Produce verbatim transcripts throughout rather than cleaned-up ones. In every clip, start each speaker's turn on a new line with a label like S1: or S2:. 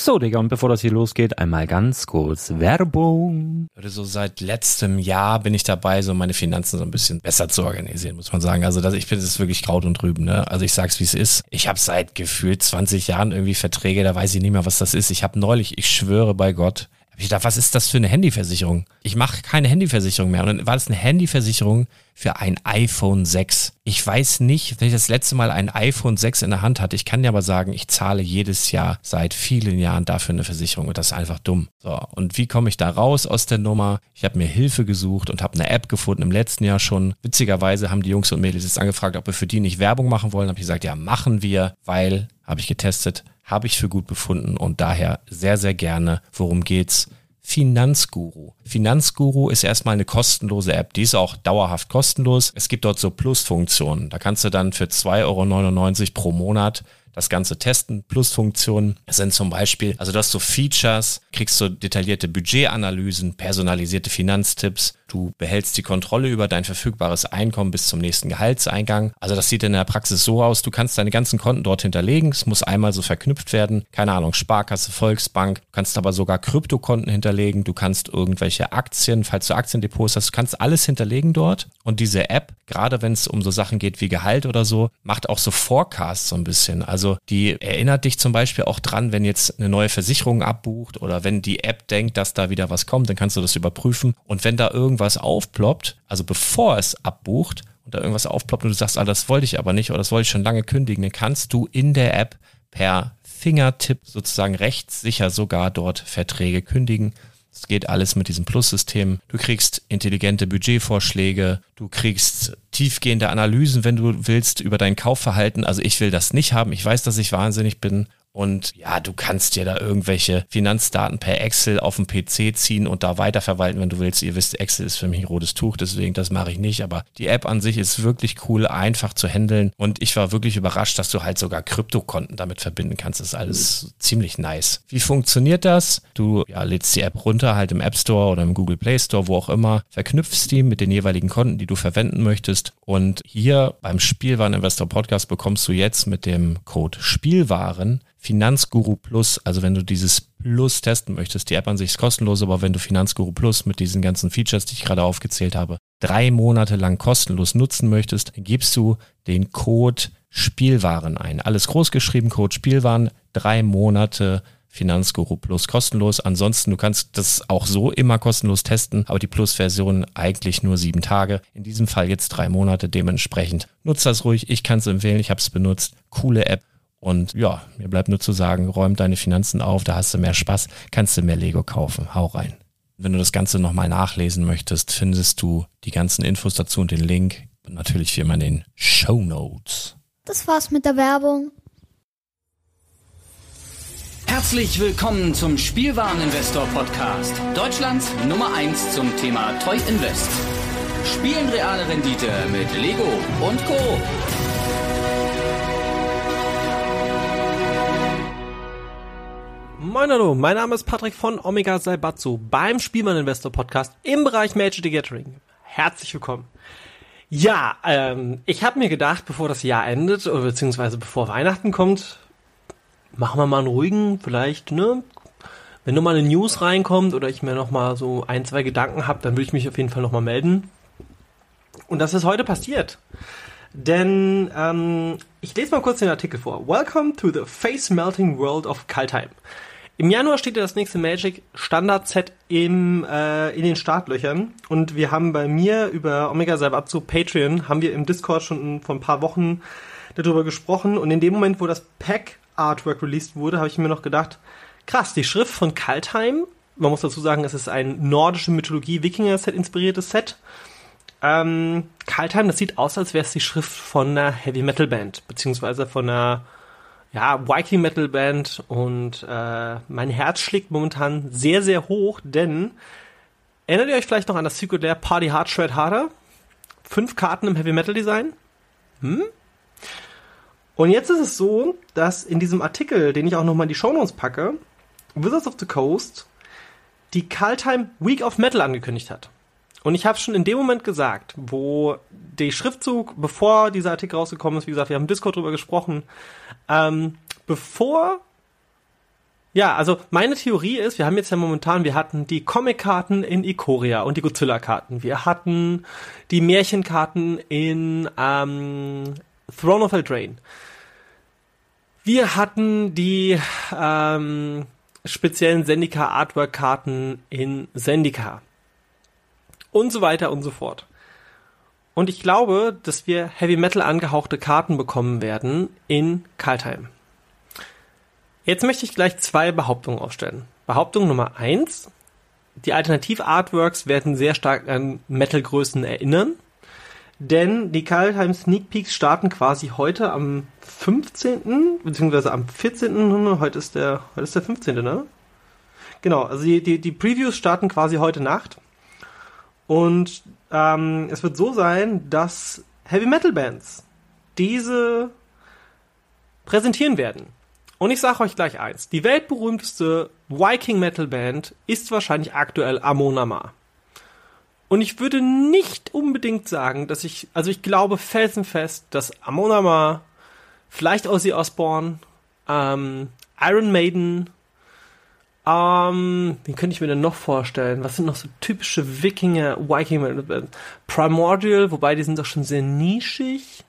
S1: So, Digga, und bevor das hier losgeht, einmal ganz kurz Werbung.
S2: So seit letztem Jahr bin ich dabei, so meine Finanzen so ein bisschen besser zu organisieren, muss man sagen. Also das, ich finde, das ist wirklich Kraut und Rüben, ne? Also ich sag's, wie es ist. Ich habe seit gefühlt zwanzig Jahren irgendwie Verträge, da weiß ich nicht mehr, was das ist. Ich habe neulich, ich schwöre bei Gott, hab ich gedacht, was ist das für eine Handyversicherung? Ich mache keine Handyversicherung mehr. Und dann war das eine Handyversicherung für ein iPhone sechs. Ich weiß nicht, wenn ich das letzte Mal ein iPhone sechs in der Hand hatte. Ich kann dir aber sagen, ich zahle jedes Jahr seit vielen Jahren dafür eine Versicherung und das ist einfach dumm. So, und wie komme ich da raus aus der Nummer? Ich habe mir Hilfe gesucht und habe eine App gefunden im letzten Jahr schon. Witzigerweise haben die Jungs und Mädels jetzt angefragt, ob wir für die nicht Werbung machen wollen. Habe ich gesagt, ja, machen wir, weil, habe ich getestet, habe ich für gut befunden und daher sehr, sehr gerne. Worum geht's? Finanzguru. Finanzguru ist erstmal eine kostenlose App. Die ist auch dauerhaft kostenlos. Es gibt dort so Plusfunktionen. Da kannst du dann für zwei Euro neunundneunzig pro Monat das Ganze testen. Plusfunktionen sind zum Beispiel, also du hast so Features, kriegst so detaillierte Budgetanalysen, personalisierte Finanztipps, du behältst die Kontrolle über dein verfügbares Einkommen bis zum nächsten Gehaltseingang. Also das sieht in der Praxis so aus, du kannst deine ganzen Konten dort hinterlegen, es muss einmal so verknüpft werden, keine Ahnung, Sparkasse, Volksbank, du kannst aber sogar Kryptokonten hinterlegen, du kannst irgendwelche Aktien, falls du Aktiendepots hast, du kannst alles hinterlegen dort und diese App, gerade wenn es um so Sachen geht wie Gehalt oder so, macht auch so Forecasts so ein bisschen, also die erinnert dich zum Beispiel auch dran, wenn jetzt eine neue Versicherung abbucht oder wenn die App denkt, dass da wieder was kommt, dann kannst du das überprüfen und wenn da irgendwas was aufploppt, also bevor es abbucht und da irgendwas aufploppt und du sagst, ah, das wollte ich aber nicht oder das wollte ich schon lange kündigen, dann kannst du in der App per Fingertipp sozusagen rechtssicher sogar dort Verträge kündigen. Das geht alles mit diesem Plus-System. Du kriegst intelligente Budgetvorschläge, du kriegst tiefgehende Analysen, wenn du willst, über dein Kaufverhalten. Also ich will das nicht haben. Ich weiß, dass ich wahnsinnig bin. Und ja, du kannst dir da irgendwelche Finanzdaten per Excel auf dem P C ziehen und da weiterverwalten, wenn du willst. Ihr wisst, Excel ist für mich ein rotes Tuch, deswegen das mache ich nicht. Aber die App an sich ist wirklich cool, einfach zu handeln. Und ich war wirklich überrascht, dass du halt sogar Kryptokonten damit verbinden kannst. Das ist alles mhm. ziemlich nice. Wie funktioniert das? Du ja, lädst die App runter, halt im App Store oder im Google Play Store, wo auch immer, verknüpfst die mit den jeweiligen Konten, die du verwenden möchtest. Und hier beim Spielwareninvestor Podcast bekommst du jetzt mit dem Code Spielwaren Finanzguru Plus, also wenn du dieses Plus testen möchtest, die App an sich ist kostenlos, aber wenn du Finanzguru Plus mit diesen ganzen Features, die ich gerade aufgezählt habe, drei Monate lang kostenlos nutzen möchtest, dann gibst du den Code Spielwaren ein. Alles groß geschrieben, Code Spielwaren, drei Monate Finanzguru Plus kostenlos. Ansonsten, du kannst das auch so immer kostenlos testen, aber die Plus-Version eigentlich nur sieben Tage. In diesem Fall jetzt drei Monate, dementsprechend nutzt das ruhig. Ich kann es empfehlen, ich habe es benutzt. Coole App. Und ja, mir bleibt nur zu sagen, räum deine Finanzen auf, da hast du mehr Spaß, kannst du mehr Lego kaufen. Hau rein. Wenn du das Ganze nochmal nachlesen möchtest, findest du die ganzen Infos dazu und den Link. Und natürlich wie immer in den Shownotes.
S3: Das war's mit der Werbung.
S4: Herzlich willkommen zum Spielwareninvestor Podcast. Deutschlands Nummer eins zum Thema Toy Invest. Spielen reale Rendite mit Lego und Co.
S5: Moin hallo, mein Name ist Patrick von Omega Saibatsu beim Spielwareninvestor Podcast im Bereich Magic the Gathering. Herzlich willkommen. Ja, ähm, ich habe mir gedacht, bevor das Jahr endet, oder beziehungsweise bevor Weihnachten kommt, machen wir mal einen ruhigen, vielleicht, ne, wenn nur mal eine News reinkommt oder ich mir noch mal so ein, zwei Gedanken habe, dann würde ich mich auf jeden Fall noch mal melden. Und das ist heute passiert. Denn ähm, ich lese mal kurz den Artikel vor. Welcome to the face-melting world of Kaldheim. Im Januar steht ja das nächste Magic Standard-Set im, äh, in den Startlöchern. Und wir haben bei mir über Omega Saibatsu Patreon, haben wir im Discord schon vor ein paar Wochen darüber gesprochen. Und in dem Moment, wo das Pack-Artwork released wurde, habe ich mir noch gedacht, krass, die Schrift von Kaldheim, man muss dazu sagen, es ist ein nordische Mythologie-Wikinger-Set inspiriertes Set. Ähm, Kaldheim, das sieht aus, als wäre es die Schrift von einer Heavy-Metal-Band, beziehungsweise von einer ja, Viking-Metal-Band und äh, mein Herz schlägt momentan sehr, sehr hoch, denn erinnert ihr euch vielleicht noch an das Secret Lair Party Hard Shred Harder? Fünf Karten im Heavy-Metal-Design? Hm? Und jetzt ist es so, dass in diesem Artikel, den ich auch nochmal in die Shownotes packe, Wizards of the Coast die Kaldheim Week of Metal angekündigt hat. Und ich habe schon in dem Moment gesagt, wo der Schriftzug, bevor dieser Artikel rausgekommen ist, wie gesagt, wir haben im Discord drüber gesprochen, ähm, bevor Ja, also meine Theorie ist, wir haben jetzt ja momentan, wir hatten die Comic-Karten in Ikoria und die Godzilla-Karten. Wir hatten die Märchenkarten in ähm, Throne of Eldraine. Wir hatten die ähm, speziellen Zendika-Artwork-Karten in Zendika. Und so weiter und so fort. Und ich glaube, dass wir Heavy Metal angehauchte Karten bekommen werden in Kaldheim. Jetzt möchte ich gleich zwei Behauptungen aufstellen. Behauptung Nummer eins. Die Alternativ-Artworks werden sehr stark an Metal-Größen erinnern. Denn die Kaldheim Sneak Peeks starten quasi heute am fünfzehnten beziehungsweise am vierzehnten Heute ist der, heute ist der fünfzehnte ne? Genau, also die, die, die Previews starten quasi heute Nacht. Und ähm, es wird so sein, dass Heavy Metal Bands diese präsentieren werden. Und ich sage euch gleich eins. Die weltberühmteste Viking Metal Band ist wahrscheinlich aktuell Amon Amarth. Und ich würde nicht unbedingt sagen, dass ich, also ich glaube felsenfest, dass Amon Amarth, vielleicht Ozzy Osbourne, ähm, Iron Maiden, ähm, wen könnte ich mir denn noch vorstellen? Was sind noch so typische Wikinger, Viking Metal Bands? Primordial, wobei die sind doch schon sehr nischig.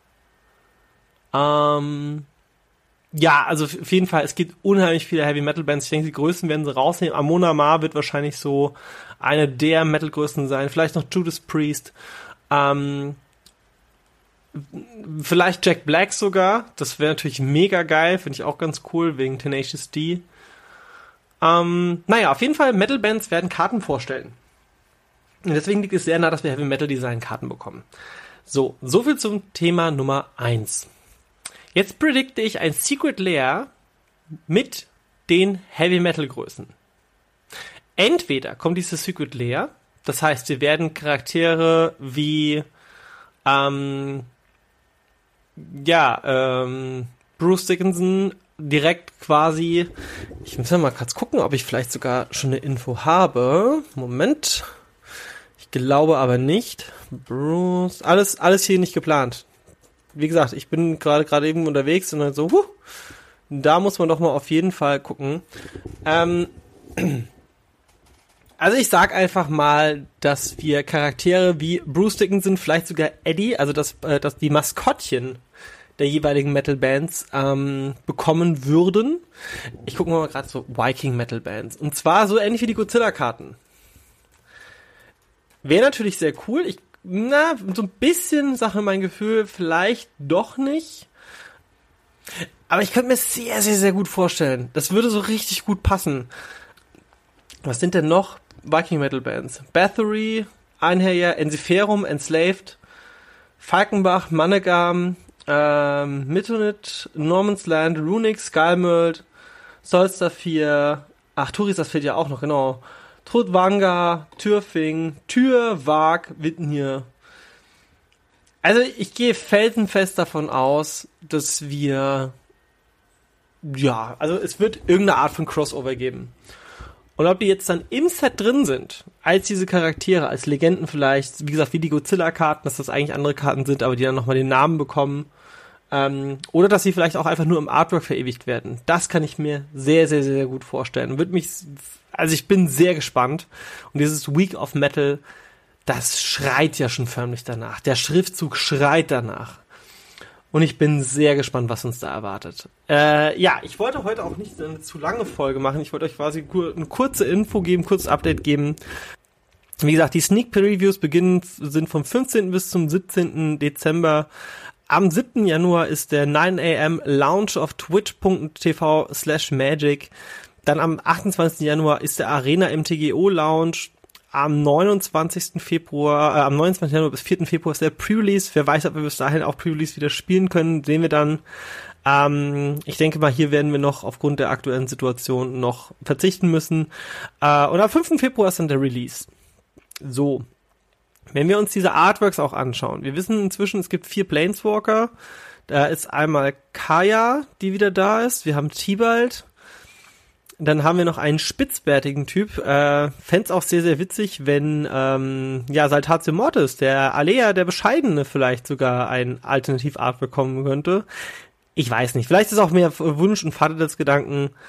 S5: Ähm, Ja, also auf jeden Fall, es gibt unheimlich viele Heavy Metal Bands. Ich denke, die größten werden sie rausnehmen. Amon Amarth wird wahrscheinlich so eine der Metal-Größten sein. Vielleicht noch Judas Priest. Ähm, vielleicht Jack Black sogar. Das wäre natürlich mega geil. Finde ich auch ganz cool, wegen Tenacious D. Ähm, naja, auf jeden Fall, Metal Bands werden Karten vorstellen. Und deswegen liegt es sehr nah, dass wir Heavy Metal Design Karten bekommen. So, soviel zum Thema Nummer eins. Jetzt predikte ich ein Secret Lair mit den Heavy Metal Größen. Entweder kommt dieses Secret Lair, das heißt, wir werden Charaktere wie ähm, ja, ähm, Bruce Dickinson direkt quasi, ich muss ja mal kurz gucken, ob ich vielleicht sogar schon eine Info habe. Moment. Ich glaube aber nicht. Bruce, alles, alles hier nicht geplant. Wie gesagt, ich bin gerade gerade eben unterwegs und dann so, huh, da muss man doch mal auf jeden Fall gucken. Ähm, also ich sag einfach mal, dass wir Charaktere wie Bruce Dickinson, vielleicht sogar Eddie, also dass, äh, dass die Maskottchen der jeweiligen Metal-Bands ähm, bekommen würden. Ich gucke mal gerade so Viking-Metal-Bands. Und zwar so ähnlich wie die Godzilla-Karten. Wäre natürlich sehr cool. Ich Na, so ein bisschen, Sache mein Gefühl, vielleicht doch nicht. Aber ich könnte mir sehr, sehr, sehr gut vorstellen. Das würde so richtig gut passen. Was sind denn noch Viking Metal Bands? Bathory, Einherjar, Ensiferum, Enslaved, Falkenbach, Mannegam, ähm, Mythonid, Norman's Land, Runic, Skullmold, Solstafir, ach, Turis, das fehlt ja auch noch, genau. Trudvanga, Türfing, Tür, Wag, Wittenhier. Also ich gehe felsenfest davon aus, dass wir, ja, also es wird irgendeine Art von Crossover geben. Und ob die jetzt dann im Set drin sind, als diese Charaktere, als Legenden vielleicht, wie gesagt, wie die Godzilla-Karten, dass das eigentlich andere Karten sind, aber die dann nochmal den Namen bekommen, ähm, oder dass sie vielleicht auch einfach nur im Artwork verewigt werden. Das kann ich mir sehr, sehr, sehr gut vorstellen. Würde mich, also ich bin sehr gespannt. Und dieses Week of Metal, das schreit ja schon förmlich danach. Der Schriftzug schreit danach. Und ich bin sehr gespannt, was uns da erwartet. Äh, ja, ich wollte heute auch nicht eine zu lange Folge machen. Ich wollte euch quasi eine kurze Info geben, kurzes Update geben. Wie gesagt, die Sneak Previews beginnen, sind vom fünfzehnten bis zum siebzehnten Dezember. Am siebten Januar ist der nine a.m. Launch auf twitch.tv slash magic. Dann am achtundzwanzigsten Januar ist der Arena M T G O Launch. Am neunundzwanzigsten Februar, äh, am neunundzwanzigsten Januar bis vierten Februar ist der Pre-Release. Wer weiß, ob wir bis dahin auch Pre-Release wieder spielen können, sehen wir dann. Ähm, ich denke mal, hier werden wir noch aufgrund der aktuellen Situation noch verzichten müssen. Äh, und am fünften Februar ist dann der Release. So. Wenn wir uns diese Artworks auch anschauen, wir wissen inzwischen, es gibt vier Planeswalker. Da ist einmal Kaya, die wieder da ist. Wir haben Tibalt. Dann haben wir noch einen spitzbärtigen Typ. Äh, fänd's auch sehr, sehr witzig, wenn ähm, ja Saltatio Mortis, der Alea, der Bescheidene, vielleicht sogar ein Alternativ-Art bekommen könnte. Ich weiß nicht. Vielleicht ist auch mehr Wunsch und Vater des Gedanken.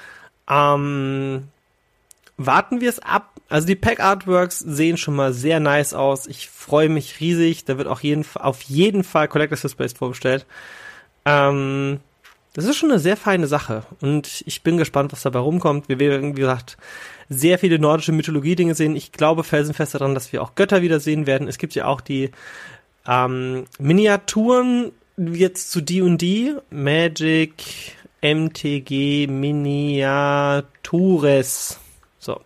S5: Ähm, warten wir es ab. Also die Pack-Artworks sehen schon mal sehr nice aus. Ich freue mich riesig. Da wird auch jeden, auf jeden Fall Collectors Displays vorbestellt. Ähm, das ist schon eine sehr feine Sache. Und ich bin gespannt, was dabei rumkommt. Wir werden, wie gesagt, sehr viele nordische Mythologie-Dinge sehen. Ich glaube felsenfest daran, dass wir auch Götter wieder sehen werden. Es gibt ja auch die ähm, Miniaturen jetzt zu D und D. Magic M T G Miniatures. So.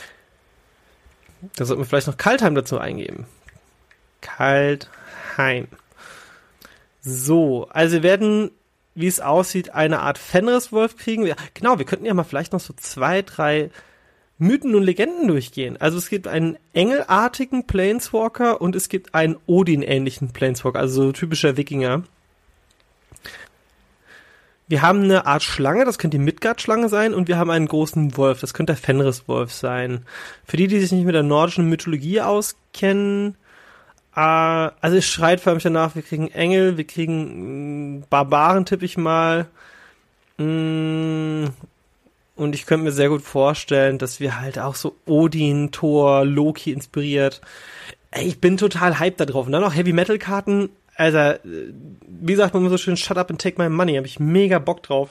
S5: Da sollten wir vielleicht noch Kaltheim dazu eingeben. Kaltheim. So, also wir werden, wie es aussieht, eine Art Fenriswolf kriegen. Ja, genau, wir könnten ja mal vielleicht noch so zwei, drei Mythen und Legenden durchgehen. Also es gibt einen engelartigen Planeswalker und es gibt einen Odin-ähnlichen Planeswalker, also so typischer Wikinger. Wir haben eine Art Schlange, das könnte die Midgard-Schlange sein, und wir haben einen großen Wolf, das könnte der Fenriswolf sein. Für die, die sich nicht mit der nordischen Mythologie auskennen, äh, also es schreit förmlich danach, wir kriegen Engel, wir kriegen äh, Barbaren, tippe ich mal. Mm, und ich könnte mir sehr gut vorstellen, dass wir halt auch so Odin, Thor, Loki inspiriert. Ey, ich bin total hyped da drauf. Und dann noch Heavy-Metal-Karten. Also, wie sagt man so schön, shut up and take my money, habe ich mega Bock drauf.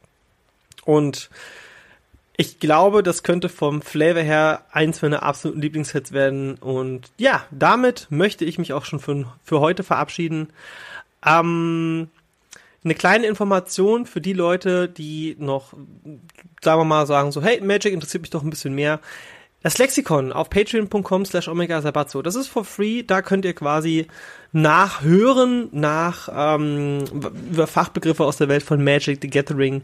S5: Und ich glaube, das könnte vom Flavor her eins meiner absoluten Lieblingshits werden. Und ja, damit möchte ich mich auch schon für, für heute verabschieden. Ähm, eine kleine Information für die Leute, die noch, sagen wir mal, sagen so, hey, Magic interessiert mich doch ein bisschen mehr. Das Lexikon auf patreon.com slash omega sabatzo, das ist for free, da könnt ihr quasi nachhören nach ähm, über Fachbegriffe aus der Welt von Magic the Gathering,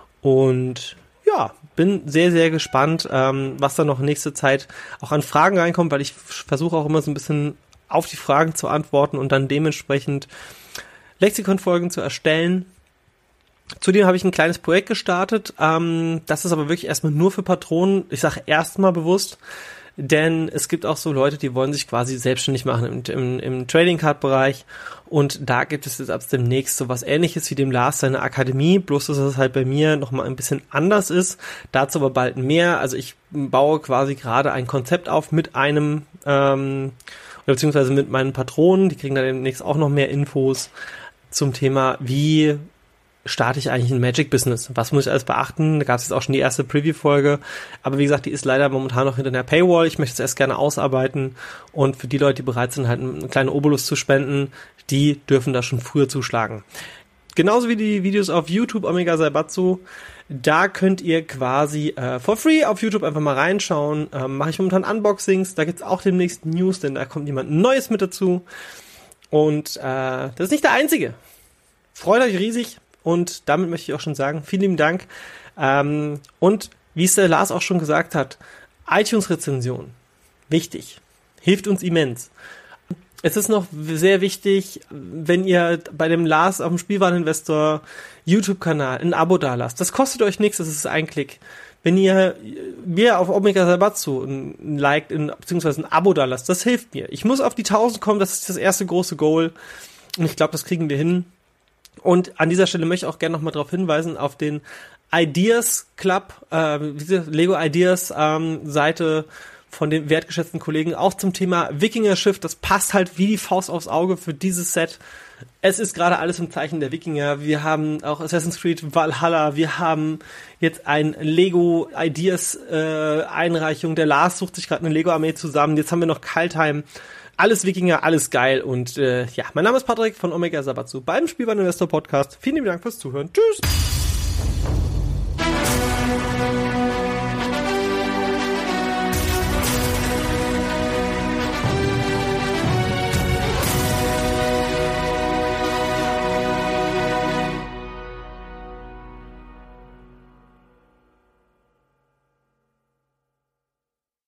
S5: und ja, bin sehr, sehr gespannt, ähm, was da noch in nächster Zeit auch an Fragen reinkommt, weil ich versuche auch immer so ein bisschen auf die Fragen zu antworten und dann dementsprechend Lexikon-Folgen zu erstellen. Zudem habe ich ein kleines Projekt gestartet, ähm, das ist aber wirklich erstmal nur für Patronen. Ich sage erstmal bewusst, denn es gibt auch so Leute, die wollen sich quasi selbstständig machen im, im, im Trading Card Bereich, und da gibt es jetzt ab demnächst so was Ähnliches wie dem Lars seine Akademie, bloß dass es halt bei mir nochmal ein bisschen anders ist, dazu aber bald mehr. Also ich baue quasi gerade ein Konzept auf mit einem, ähm, oder beziehungsweise mit meinen Patronen, die kriegen dann demnächst auch noch mehr Infos zum Thema, wie starte ich eigentlich ein Magic-Business? Was muss ich alles beachten? Da gab es jetzt auch schon die erste Preview-Folge. Aber wie gesagt, die ist leider momentan noch hinter der Paywall. Ich möchte es erst gerne ausarbeiten. Und für die Leute, die bereit sind, halt einen kleinen Obolus zu spenden, die dürfen da schon früher zuschlagen. Genauso wie die Videos auf YouTube, Omega Saibatsu. Da könnt ihr quasi äh, for free auf YouTube einfach mal reinschauen. Ähm, mache ich momentan Unboxings. Da gibt's auch demnächst News, denn da kommt jemand Neues mit dazu. Und äh, das ist nicht der einzige. Freut euch riesig. Und damit möchte ich auch schon sagen, vielen lieben Dank. Ähm, und wie es der Lars auch schon gesagt hat, iTunes-Rezension, wichtig, hilft uns immens. Es ist noch sehr wichtig, wenn ihr bei dem Lars auf dem Spielwareninvestor YouTube-Kanal ein Abo dalasst. Das kostet euch nichts, das ist ein Klick. Wenn ihr mir auf Omega Saibatsu ein Like, ein, beziehungsweise ein Abo dalasst, das hilft mir. Ich muss auf die tausend kommen, das ist das erste große Goal. Und ich glaube, das kriegen wir hin. Und an dieser Stelle möchte ich auch gerne nochmal darauf hinweisen, auf den Ideas Club, äh, Lego Ideas ähm, Seite von den wertgeschätzten Kollegen, auch zum Thema Wikinger-Schiff. Das passt halt wie die Faust aufs Auge für dieses Set. Es ist gerade alles im Zeichen der Wikinger. Wir haben auch Assassin's Creed Valhalla. Wir haben jetzt ein Lego Ideas äh, Einreichung. Der Lars sucht sich gerade eine Lego-Armee zusammen. Jetzt haben wir noch Kaltheim. Alles Wikinger, alles geil. Und äh, ja, mein Name ist Patrick von Omega Saibatsu beim Spielwareninvestor Podcast. Vielen lieben Dank fürs Zuhören. Tschüss!